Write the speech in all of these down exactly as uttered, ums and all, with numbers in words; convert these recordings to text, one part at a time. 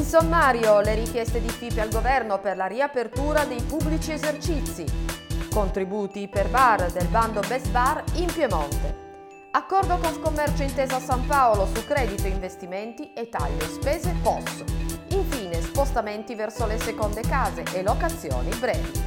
sommario, le richieste di F I P E al governo per la riapertura dei pubblici esercizi. Contributi per bar del bando Best Bar in Piemonte. Accordo Confcommercio Intesa San Paolo su credito e investimenti e taglio spese P O S. Infine, spostamenti verso le seconde case e locazioni brevi.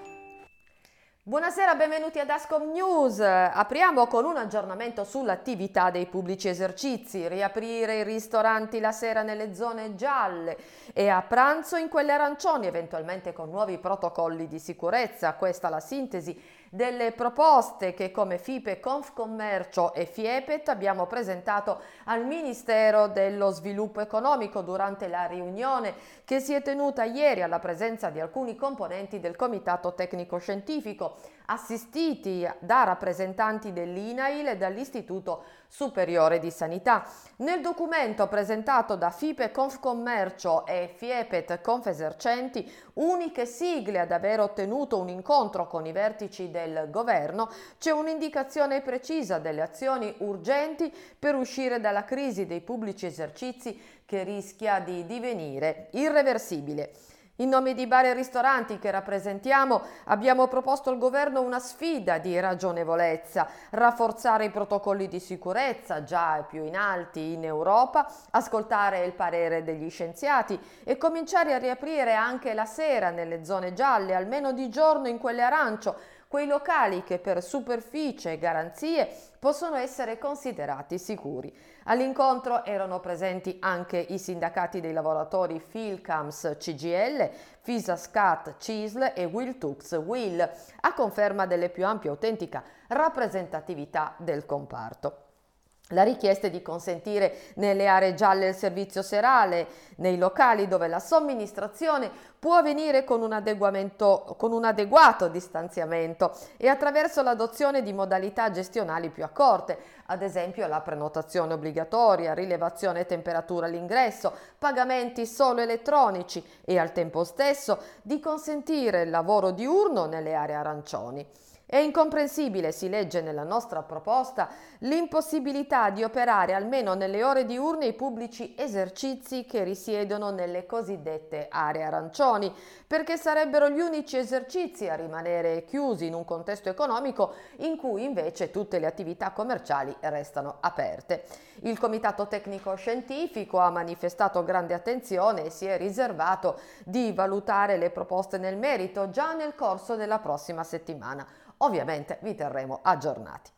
Buonasera, benvenuti ad Ascom News. Apriamo con un aggiornamento sull'attività dei pubblici esercizi, riaprire i ristoranti la sera nelle zone gialle e a pranzo in quelle arancioni, eventualmente con nuovi protocolli di sicurezza. Questa la sintesi delle proposte che come F I P E, Confcommercio e Fiepet abbiamo presentato al Ministero dello Sviluppo Economico durante la riunione che si è tenuta ieri alla presenza di alcuni componenti del Comitato Tecnico Scientifico, assistiti da rappresentanti dell'I N A I L e dall'Istituto Superiore di Sanità. Nel documento presentato da F I P E, Confcommercio e Fiepet Confesercenti, uniche sigle ad aver ottenuto un incontro con i vertici del governo, c'è un'indicazione precisa delle azioni urgenti per uscire dalla crisi dei pubblici esercizi che rischia di divenire irreversibile. In nome di bar e ristoranti che rappresentiamo abbiamo proposto al governo una sfida di ragionevolezza: rafforzare i protocolli di sicurezza già più in alti in Europa, ascoltare il parere degli scienziati e cominciare a riaprire anche la sera nelle zone gialle, almeno di giorno in quelle arancio, quei locali che per superficie e garanzie possono essere considerati sicuri. All'incontro erano presenti anche i sindacati dei lavoratori Filcams C G I L, Fisascat C I S L e Wiltux W I L, a conferma delle più ampie e autentica rappresentatività del comparto. La richiesta è di consentire nelle aree gialle il servizio serale, nei locali dove la somministrazione può avvenire con un adeguamento, con un adeguato distanziamento e attraverso l'adozione di modalità gestionali più accorte, ad esempio la prenotazione obbligatoria, rilevazione temperatura all'ingresso, pagamenti solo elettronici e al tempo stesso di consentire il lavoro diurno nelle aree arancioni. È incomprensibile, si legge nella nostra proposta, l'impossibilità di operare almeno nelle ore diurne i pubblici esercizi che risiedono nelle cosiddette aree arancioni, perché sarebbero gli unici esercizi a rimanere chiusi in un contesto economico in cui invece tutte le attività commerciali restano aperte. Il Comitato Tecnico Scientifico ha manifestato grande attenzione e si è riservato di valutare le proposte nel merito già nel corso della prossima settimana. Ovviamente vi terremo aggiornati.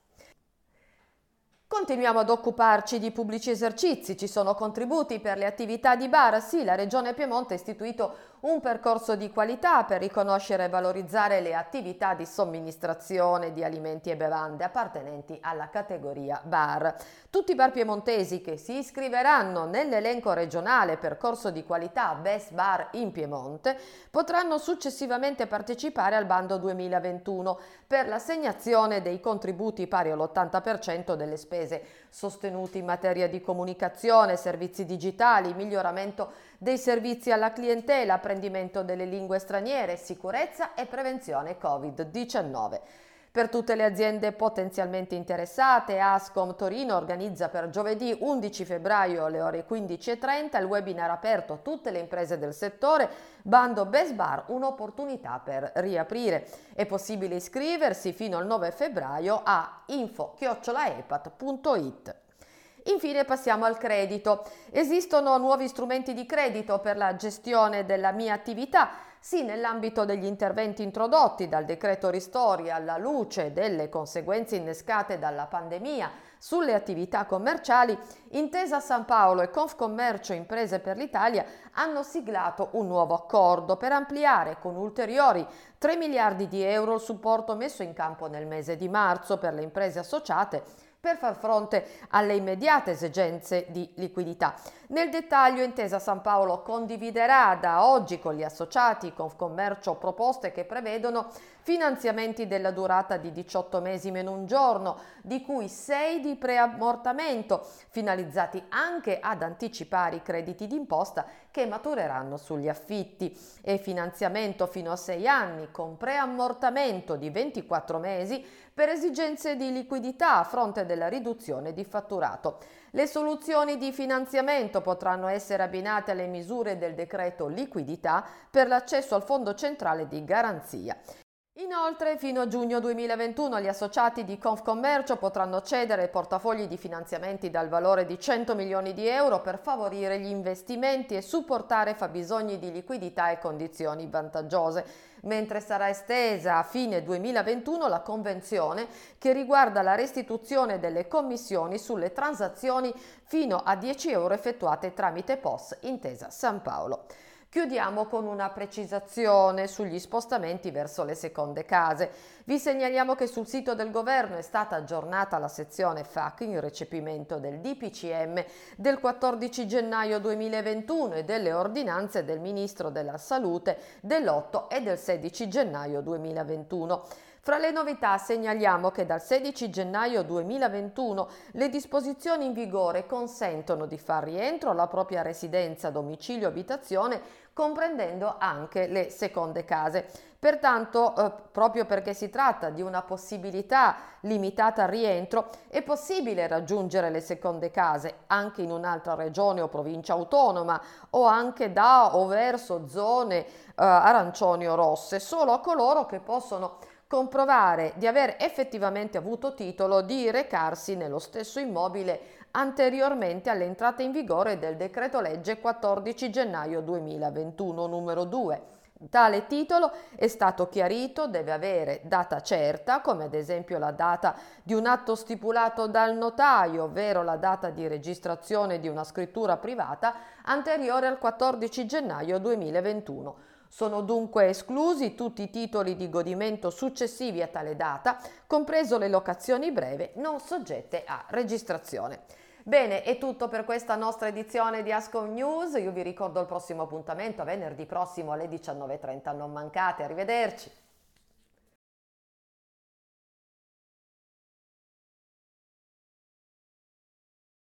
Continuiamo ad occuparci di pubblici esercizi. Ci sono contributi per le attività di bar. Sì, la Regione Piemonte ha istituito un percorso di qualità per riconoscere e valorizzare le attività di somministrazione di alimenti e bevande appartenenti alla categoria bar. Tutti i bar piemontesi che si iscriveranno nell'elenco regionale percorso di qualità Best Bar in Piemonte potranno successivamente partecipare al bando duemilaventuno per l'assegnazione dei contributi pari all'ottanta per cento delle spese sostenute in materia di comunicazione, servizi digitali, miglioramento dei servizi alla clientela, apprendimento delle lingue straniere, sicurezza e prevenzione covid diciannove. Per tutte le aziende potenzialmente interessate, Ascom Torino organizza per giovedì undici febbraio alle ore quindici e trenta il webinar aperto a tutte le imprese del settore Bando Best Bar, un'opportunità per riaprire. È possibile iscriversi fino al nove febbraio a info chiocciola epat punto it. Infine passiamo al credito. Esistono nuovi strumenti di credito per la gestione della mia attività. Sì, nell'ambito degli interventi introdotti dal decreto ristori alla luce delle conseguenze innescate dalla pandemia sulle attività commerciali, Intesa San Paolo e Confcommercio Imprese per l'Italia hanno siglato un nuovo accordo per ampliare con ulteriori tre miliardi di euro il supporto messo in campo nel mese di marzo per le imprese associate per far fronte alle immediate esigenze di liquidità. Nel dettaglio, Intesa San Paolo condividerà da oggi con gli associati Confcommercio proposte che prevedono finanziamenti della durata di diciotto mesi meno un giorno, di cui sei di preammortamento, finalizzati anche ad anticipare i crediti d'imposta che matureranno sugli affitti, e finanziamento fino a sei anni con preammortamento di ventiquattro mesi per esigenze di liquidità a fronte della riduzione di fatturato. Le soluzioni di finanziamento potranno essere abbinate alle misure del decreto liquidità per l'accesso al Fondo centrale di garanzia. Inoltre, fino a giugno duemilaventuno gli associati di Confcommercio potranno cedere portafogli di finanziamenti dal valore di cento milioni di euro per favorire gli investimenti e supportare fabbisogni di liquidità e condizioni vantaggiose, mentre sarà estesa a fine duemilaventuno la convenzione che riguarda la restituzione delle commissioni sulle transazioni fino a dieci euro effettuate tramite P O S Intesa San Paolo. Chiudiamo con una precisazione sugli spostamenti verso le seconde case. Vi segnaliamo che sul sito del governo è stata aggiornata la sezione F A Q in recepimento del D P C M del quattordici gennaio duemilaventuno e delle ordinanze del Ministro della Salute dell'otto e del sedici gennaio duemilaventuno. Fra le novità segnaliamo che dal sedici gennaio duemilaventuno le disposizioni in vigore consentono di far rientro alla propria residenza, domicilio, abitazione, comprendendo anche le seconde case. Pertanto, eh, proprio perché si tratta di una possibilità limitata al rientro, è possibile raggiungere le seconde case anche in un'altra regione o provincia autonoma o anche da o verso zone eh, arancioni o rosse, solo a coloro che possono comprovare di aver effettivamente avuto titolo di recarsi nello stesso immobile anteriormente all'entrata in vigore del decreto legge quattordici gennaio duemilaventuno numero due. Tale titolo è stato chiarito, deve avere data certa, come ad esempio la data di un atto stipulato dal notaio, ovvero la data di registrazione di una scrittura privata anteriore al quattordici gennaio duemilaventuno. Sono dunque esclusi tutti i titoli di godimento successivi a tale data, compreso le locazioni brevi non soggette a registrazione. Bene, è tutto per questa nostra edizione di Ascom News. Io vi ricordo il prossimo appuntamento, venerdì prossimo alle diciannove e trenta. Non mancate, arrivederci.